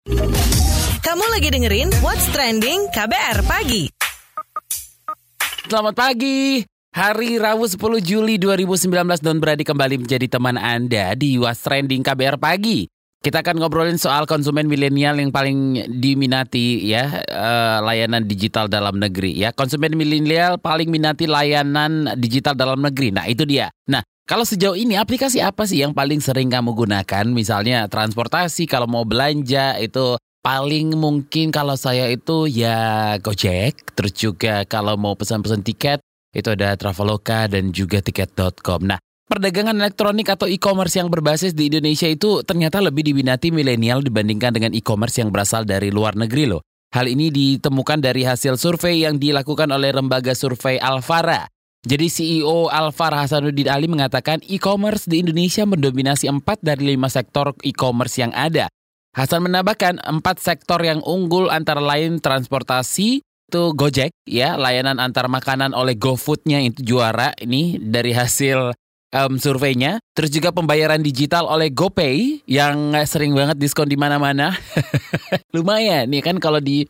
Kamu lagi dengerin What's Trending KBR Pagi. Selamat pagi. Hari Rabu 10 Juli 2019 Don Brady kembali menjadi teman Anda di What's Trending KBR Pagi. Kita akan ngobrolin soal konsumen milenial yang paling diminati ya, layanan digital dalam negeri ya. Konsumen milenial paling minati layanan digital dalam negeri. Nah, itu dia. Nah, kalau sejauh ini aplikasi apa sih yang paling sering kamu gunakan? Misalnya transportasi, kalau mau belanja itu paling mungkin kalau saya itu ya Gojek. Terus juga kalau mau pesan-pesan tiket itu ada Traveloka dan juga tiket.com. Nah, perdagangan elektronik atau e-commerce yang berbasis di Indonesia itu ternyata lebih diminati milenial dibandingkan dengan e-commerce yang berasal dari luar negeri loh. Hal ini ditemukan dari hasil survei yang dilakukan oleh lembaga survei Alfara. Jadi CEO Alfara Hasanuddin Ali mengatakan e-commerce di Indonesia mendominasi 4 dari 5 sektor e-commerce yang ada. Hasan menambahkan 4 sektor yang unggul antara lain transportasi, itu Gojek ya, layanan antar makanan oleh GoFood-nya itu juara ini dari hasil surveinya. Terus juga pembayaran digital oleh GoPay yang sering banget diskon di mana-mana. Lumayan nih kan kalau di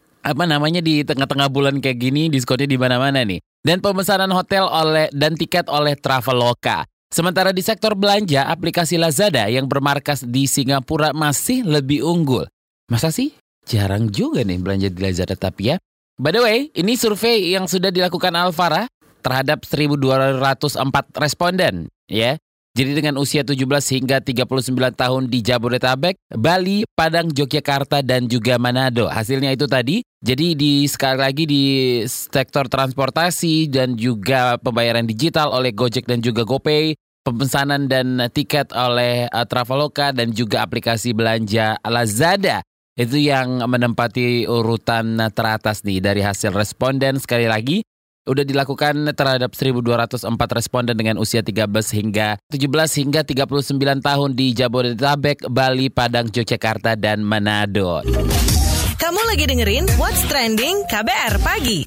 di tengah-tengah bulan kayak gini diskonnya di mana-mana nih. Dan pemesanan hotel dan tiket oleh Traveloka. Sementara di sektor belanja, aplikasi Lazada yang bermarkas di Singapura masih lebih unggul. Masa sih? Jarang juga nih belanja di Lazada tapi ya. By the way, ini survei yang sudah dilakukan Alfara terhadap 1.204 responden ya. Jadi dengan usia 17 hingga 39 tahun di Jabodetabek, Bali, Padang, Yogyakarta, dan juga Manado. Hasilnya itu tadi, jadi sekali lagi di sektor transportasi dan juga pembayaran digital oleh Gojek dan juga GoPay, pemesanan dan tiket oleh Traveloka dan juga aplikasi belanja Lazada. Itu yang menempati urutan teratas nih dari hasil responden. Sekali lagi, udah dilakukan terhadap 1.204 responden dengan usia 17 hingga 39 tahun di Jabodetabek, Bali, Padang, Yogyakarta, dan Manado. Kamu lagi dengerin What's Trending KBR Pagi.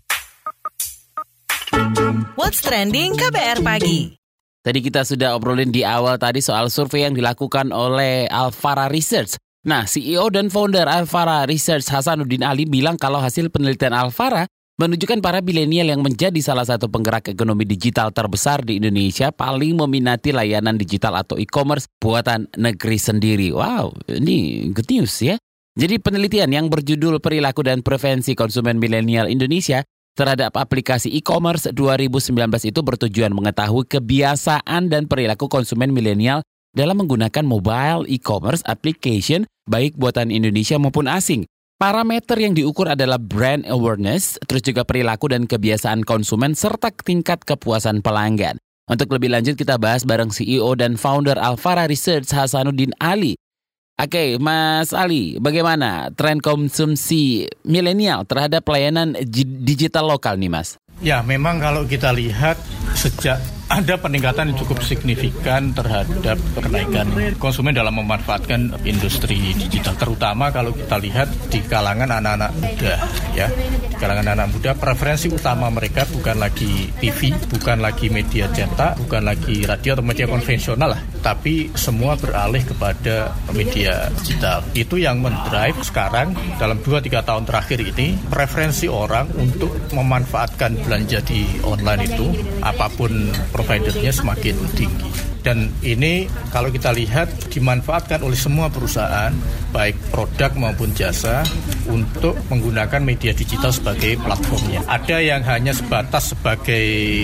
What's Trending KBR Pagi. Tadi kita sudah obrolin di awal tadi soal survei yang dilakukan oleh Alfara Research. Nah, CEO dan founder Alfara Research Hasanuddin Ali bilang kalau hasil penelitian Alfara menunjukkan para milenial yang menjadi salah satu penggerak ekonomi digital terbesar di Indonesia paling meminati layanan digital atau e-commerce buatan negeri sendiri. Wow, ini good news ya. Jadi penelitian yang berjudul Perilaku dan Preferensi Konsumen Milenial Indonesia terhadap aplikasi e-commerce 2019 itu bertujuan mengetahui kebiasaan dan perilaku konsumen milenial dalam menggunakan mobile e-commerce application baik buatan Indonesia maupun asing. Parameter yang diukur adalah brand awareness, terus juga perilaku dan kebiasaan konsumen, serta tingkat kepuasan pelanggan. Untuk lebih lanjut kita bahas bareng CEO dan founder Alfara Research Hasanuddin Ali. Oke, Mas Ali, bagaimana tren konsumsi milenial terhadap layanan digital lokal nih, Mas? Ya, memang kalau kita lihat sejak ada peningkatan yang cukup signifikan terhadap kenaikan konsumen dalam memanfaatkan industri digital, terutama kalau kita lihat di kalangan anak-anak muda ya. Di kalangan anak muda preferensi utama mereka bukan lagi TV, bukan lagi media cetak, bukan lagi radio atau media konvensional lah, tapi semua beralih kepada media digital. Itu yang mendrive sekarang dalam 2-3 tahun terakhir ini preferensi orang untuk memanfaatkan belanja di online itu apapun providernya semakin tinggi. Dan ini kalau kita lihat dimanfaatkan oleh semua perusahaan, baik produk maupun jasa, untuk menggunakan media digital sebagai platformnya. Ada yang hanya sebatas sebagai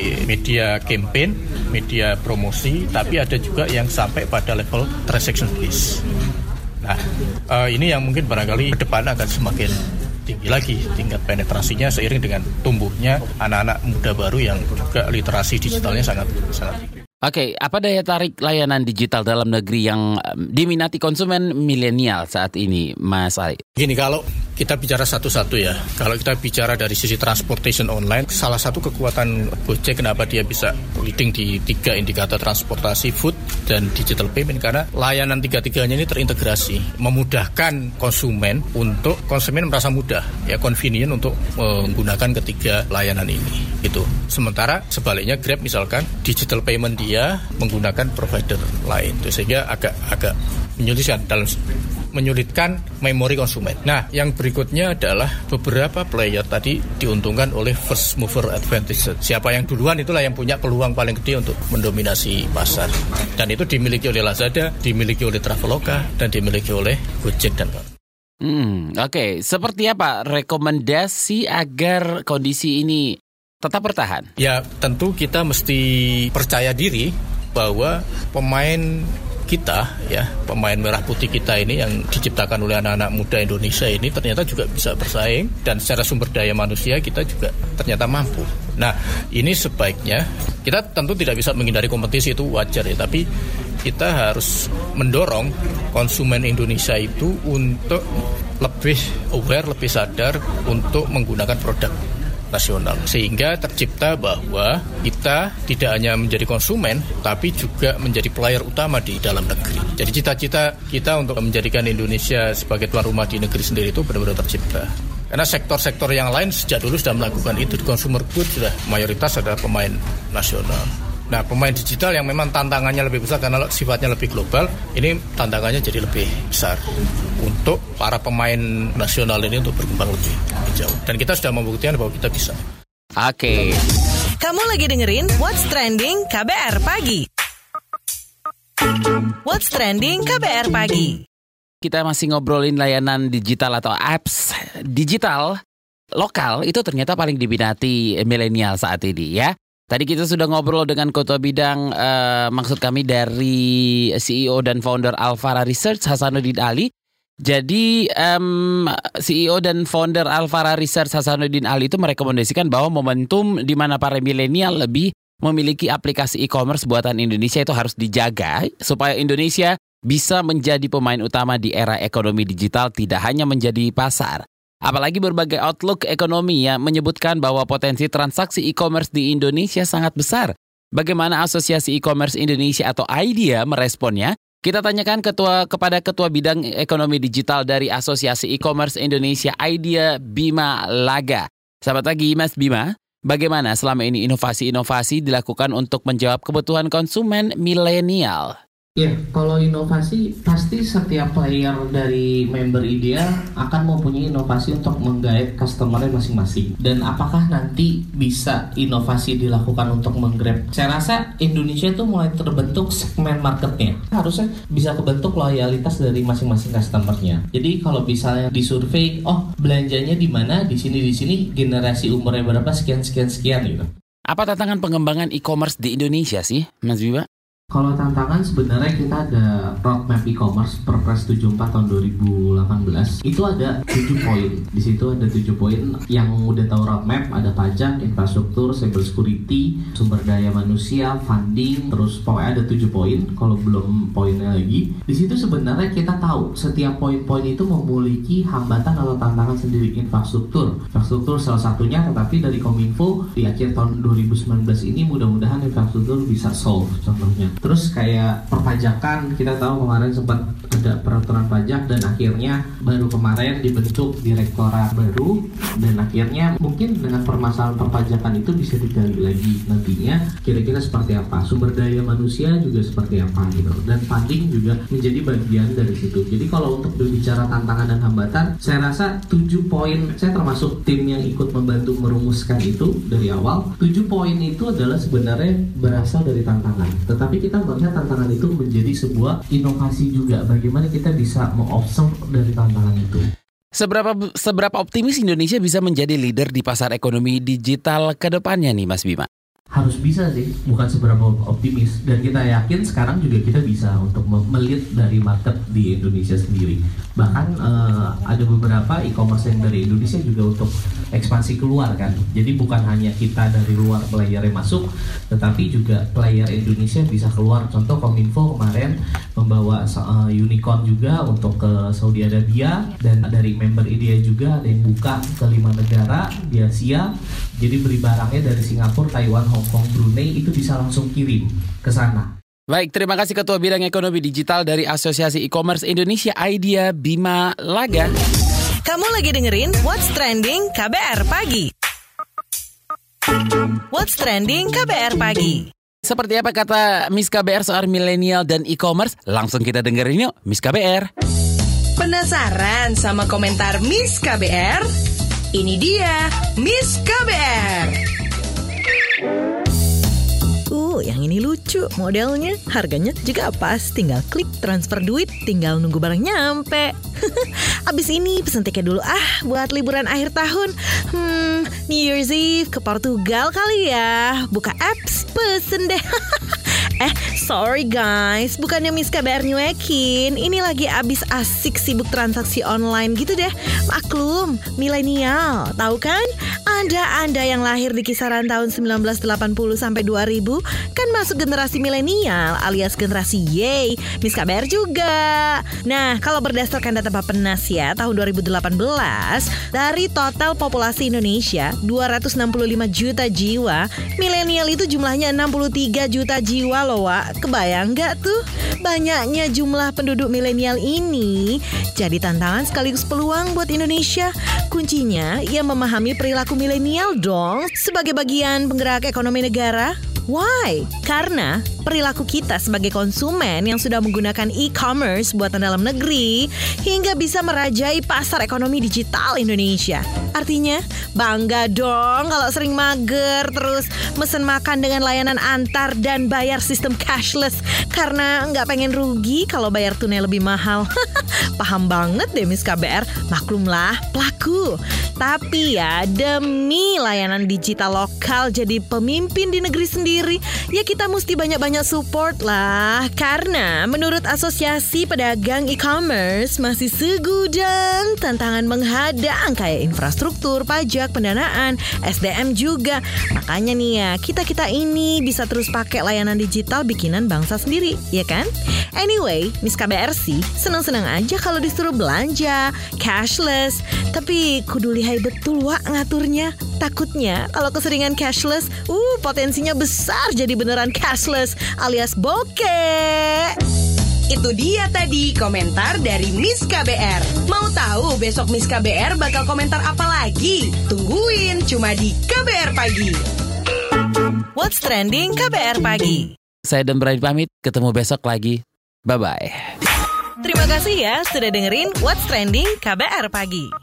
media campaign, media promosi, tapi ada juga yang sampai pada level transaction based. Nah, ini yang mungkin barangkali ke depan akan semakin tinggi lagi tingkat penetrasinya seiring dengan tumbuhnya anak-anak muda baru yang juga literasi digitalnya sangat tinggi. Oke, apa daya tarik layanan digital dalam negeri yang diminati konsumen milenial saat ini, Mas Ali? Gini, kalau kita bicara satu-satu ya, kalau kita bicara dari sisi transportation online, salah satu kekuatan Gojek kenapa dia bisa leading di 3 indikator transportasi, food, dan digital payment, karena layanan tiga-tiganya ini terintegrasi, memudahkan konsumen merasa mudah, ya convenient untuk menggunakan ketiga layanan ini. Gitu. Sementara sebaliknya Grab misalkan digital payment dia menggunakan provider lain, sehingga agak menyulitkan menyulitkan memori konsumen. Nah, yang berikutnya adalah beberapa player tadi diuntungkan oleh first mover advantage. Siapa yang duluan itulah yang punya peluang paling gede untuk mendominasi pasar. Dan itu dimiliki oleh Lazada, dimiliki oleh Traveloka, dan dimiliki oleh Gojek dan kawan. Oke. Seperti apa rekomendasi agar kondisi ini tetap bertahan? Ya, tentu kita mesti percaya diri bahwa pemain kita, ya, pemain merah putih kita ini yang diciptakan oleh anak-anak muda Indonesia ini ternyata juga bisa bersaing, dan secara sumber daya manusia kita juga ternyata mampu. Nah, ini sebaiknya kita tentu tidak bisa menghindari kompetisi, itu wajar ya, tapi kita harus mendorong konsumen Indonesia itu untuk lebih aware, lebih sadar untuk menggunakan produk nasional, sehingga tercipta bahwa kita tidak hanya menjadi konsumen tapi juga menjadi player utama di dalam negeri. Jadi cita-cita kita untuk menjadikan Indonesia sebagai tuan rumah di negeri sendiri itu benar-benar tercipta. Karena sektor-sektor yang lain sejak dulu sudah melakukan itu. Di consumer goods sudah mayoritas adalah pemain nasional. Nah, pemain digital yang memang tantangannya lebih besar karena sifatnya lebih global, ini tantangannya jadi lebih besar untuk para pemain nasional ini untuk berkembang lebih jauh. Dan kita sudah membuktikan bahwa kita bisa. Oke. Kamu lagi dengerin What's Trending KBR Pagi. What's Trending KBR Pagi. Kita masih ngobrolin layanan digital atau apps digital lokal itu ternyata paling diminati milenial saat ini ya. Tadi kita sudah ngobrol dengan Ketua Bidang, maksud kami dari CEO dan Founder Alfara Research, Hasanuddin Ali. Jadi CEO dan Founder Alfara Research, Hasanuddin Ali itu merekomendasikan bahwa momentum di mana para milenial lebih memiliki aplikasi e-commerce buatan Indonesia itu harus dijaga supaya Indonesia bisa menjadi pemain utama di era ekonomi digital, tidak hanya menjadi pasar. Apalagi berbagai outlook ekonomi yang menyebutkan bahwa potensi transaksi e-commerce di Indonesia sangat besar. Bagaimana Asosiasi E-commerce Indonesia atau IDEA meresponnya? Kita tanyakan kepada Ketua Bidang Ekonomi Digital dari Asosiasi E-commerce Indonesia, IDEA, Bima Laga. Selamat pagi Mas Bima. Bagaimana selama ini inovasi-inovasi dilakukan untuk menjawab kebutuhan konsumen milenial? Ya, kalau inovasi pasti setiap player dari member IDEA akan mempunyai inovasi untuk menggait customer-nya masing-masing. Dan apakah nanti bisa inovasi dilakukan untuk menggrab? Saya rasa Indonesia itu mulai terbentuk segmen marketnya. Harusnya bisa kebentuk loyalitas dari masing-masing customer-nya. Jadi kalau misalnya disurvei, belanjanya di mana, di sini, generasi umurnya berapa, sekian gitu. Apa tantangan pengembangan e-commerce di Indonesia sih, Mas Bima? Kalau tantangan sebenarnya kita ada roadmap e-commerce Perpres 74 tahun 2018. Itu ada 7 poin. Di situ ada 7 poin yang udah tahu roadmap, ada pajak, infrastruktur, cyber security, sumber daya manusia, funding, terus pokoknya ada 7 poin. Kalau belum poinnya lagi, di situ sebenarnya kita tahu setiap poin-poin itu memiliki hambatan atau tantangan sendiri. Infrastruktur salah satunya, tetapi dari Kominfo di akhir tahun 2019 ini mudah-mudahan infrastruktur bisa solve contohnya. Terus kayak perpajakan, kita tahu kemarin sempat ada peraturan pajak dan akhirnya baru kemarin dibentuk direktorat baru, dan akhirnya mungkin dengan permasalahan perpajakan itu bisa digali lagi nantinya kira-kira seperti apa, sumber daya manusia juga seperti apa gitu, dan funding juga menjadi bagian dari situ. Jadi kalau untuk berbicara tantangan dan hambatan, saya rasa 7 poin, saya termasuk tim yang ikut membantu merumuskan itu dari awal. 7 poin itu adalah sebenarnya berasal dari tantangan, tetapi kita melihat tantangan itu menjadi sebuah inovasi juga. Bagaimana kita bisa mengobserv dari tantangan itu. Seberapa optimis Indonesia bisa menjadi leader di pasar ekonomi digital ke depannya nih Mas Bima? Harus bisa sih, bukan seberapa optimis. Dan kita yakin sekarang juga kita bisa untuk melihat dari market di Indonesia sendiri. Bahkan ada beberapa e-commerce yang dari Indonesia juga untuk ekspansi keluar kan. Jadi bukan hanya kita dari luar player yang masuk, tetapi juga player Indonesia bisa keluar. Contoh Kominfo kemarin membawa unicorn juga untuk ke Saudi Arabia, dan dari member IDEA juga ada yang buka ke 5 negara di Asia. Jadi beli barangnya dari Singapura, Taiwan, Hong Kong, Brunei itu bisa langsung kirim ke sana. Baik, terima kasih Ketua Bidang Ekonomi Digital dari Asosiasi E-commerce Indonesia, IDEA, Bima Laga. Kamu lagi dengerin What's Trending KBR Pagi. What's Trending KBR Pagi. Seperti apa kata Miss KBR soal milenial dan e-commerce? Langsung kita dengerin yuk, Miss KBR. Penasaran sama komentar Miss KBR? Ini dia Miss KBR. Yang ini lucu modelnya, harganya juga pas, tinggal klik transfer duit, tinggal nunggu barang nyampe. Abis ini pesen tiket dulu buat liburan akhir tahun. New Year's Eve ke Portugal kali ya. Buka apps, pesen deh. Sorry guys, bukannya Miss KBR nyuekin. Ini lagi abis asik sibuk transaksi online gitu deh. Maklum, milenial, tahu kan? Anda yang lahir di kisaran tahun 1980 sampai 2000 kan masuk generasi milenial alias generasi Y. Miss KBR juga. Nah, kalau berdasarkan data Bappenas ya, tahun 2018 dari total populasi Indonesia 265 juta jiwa, milenial itu jumlahnya 63 juta jiwa loh, Wak. Kebayang nggak tuh? Banyaknya jumlah penduduk milenial ini jadi tantangan sekaligus peluang buat Indonesia. Kuncinya ya memahami perilaku milenial dong sebagai bagian penggerak ekonomi negara. Why? Karena perilaku kita sebagai konsumen yang sudah menggunakan e-commerce buatan dalam negeri hingga bisa merajai pasar ekonomi digital Indonesia. Artinya, bangga dong kalau sering mager terus mesen makan dengan layanan antar dan bayar sistem cashless karena nggak pengen rugi kalau bayar tunai lebih mahal. Paham banget deh Miss KBR, maklumlah pelaku. Tapi ya demi layanan digital lokal jadi pemimpin di negeri sendiri, ya kita mesti banyak-banyak support lah. Karena menurut Asosiasi Pedagang E-commerce masih segudang tantangan menghadang kayak infrastruktur, pajak, pendanaan, SDM juga. Makanya nih ya, kita ini bisa terus pakai layanan digital bikinan bangsa sendiri, ya kan? Anyway, Miss KBR sih senang-senang aja kalau disuruh belanja cashless. Tapi kudu lihai betul Wak ngaturnya. Takutnya kalau keseringan cashless, potensinya besar jadi beneran cashless alias bokeh. Itu dia tadi komentar dari Miss KBR. Mau tahu besok Miss KBR bakal komentar apa lagi? Tungguin cuma di KBR Pagi. What's Trending KBR Pagi. Saya Don Brady pamit, ketemu besok lagi. Bye-bye. Terima kasih ya sudah dengerin What's Trending KBR Pagi.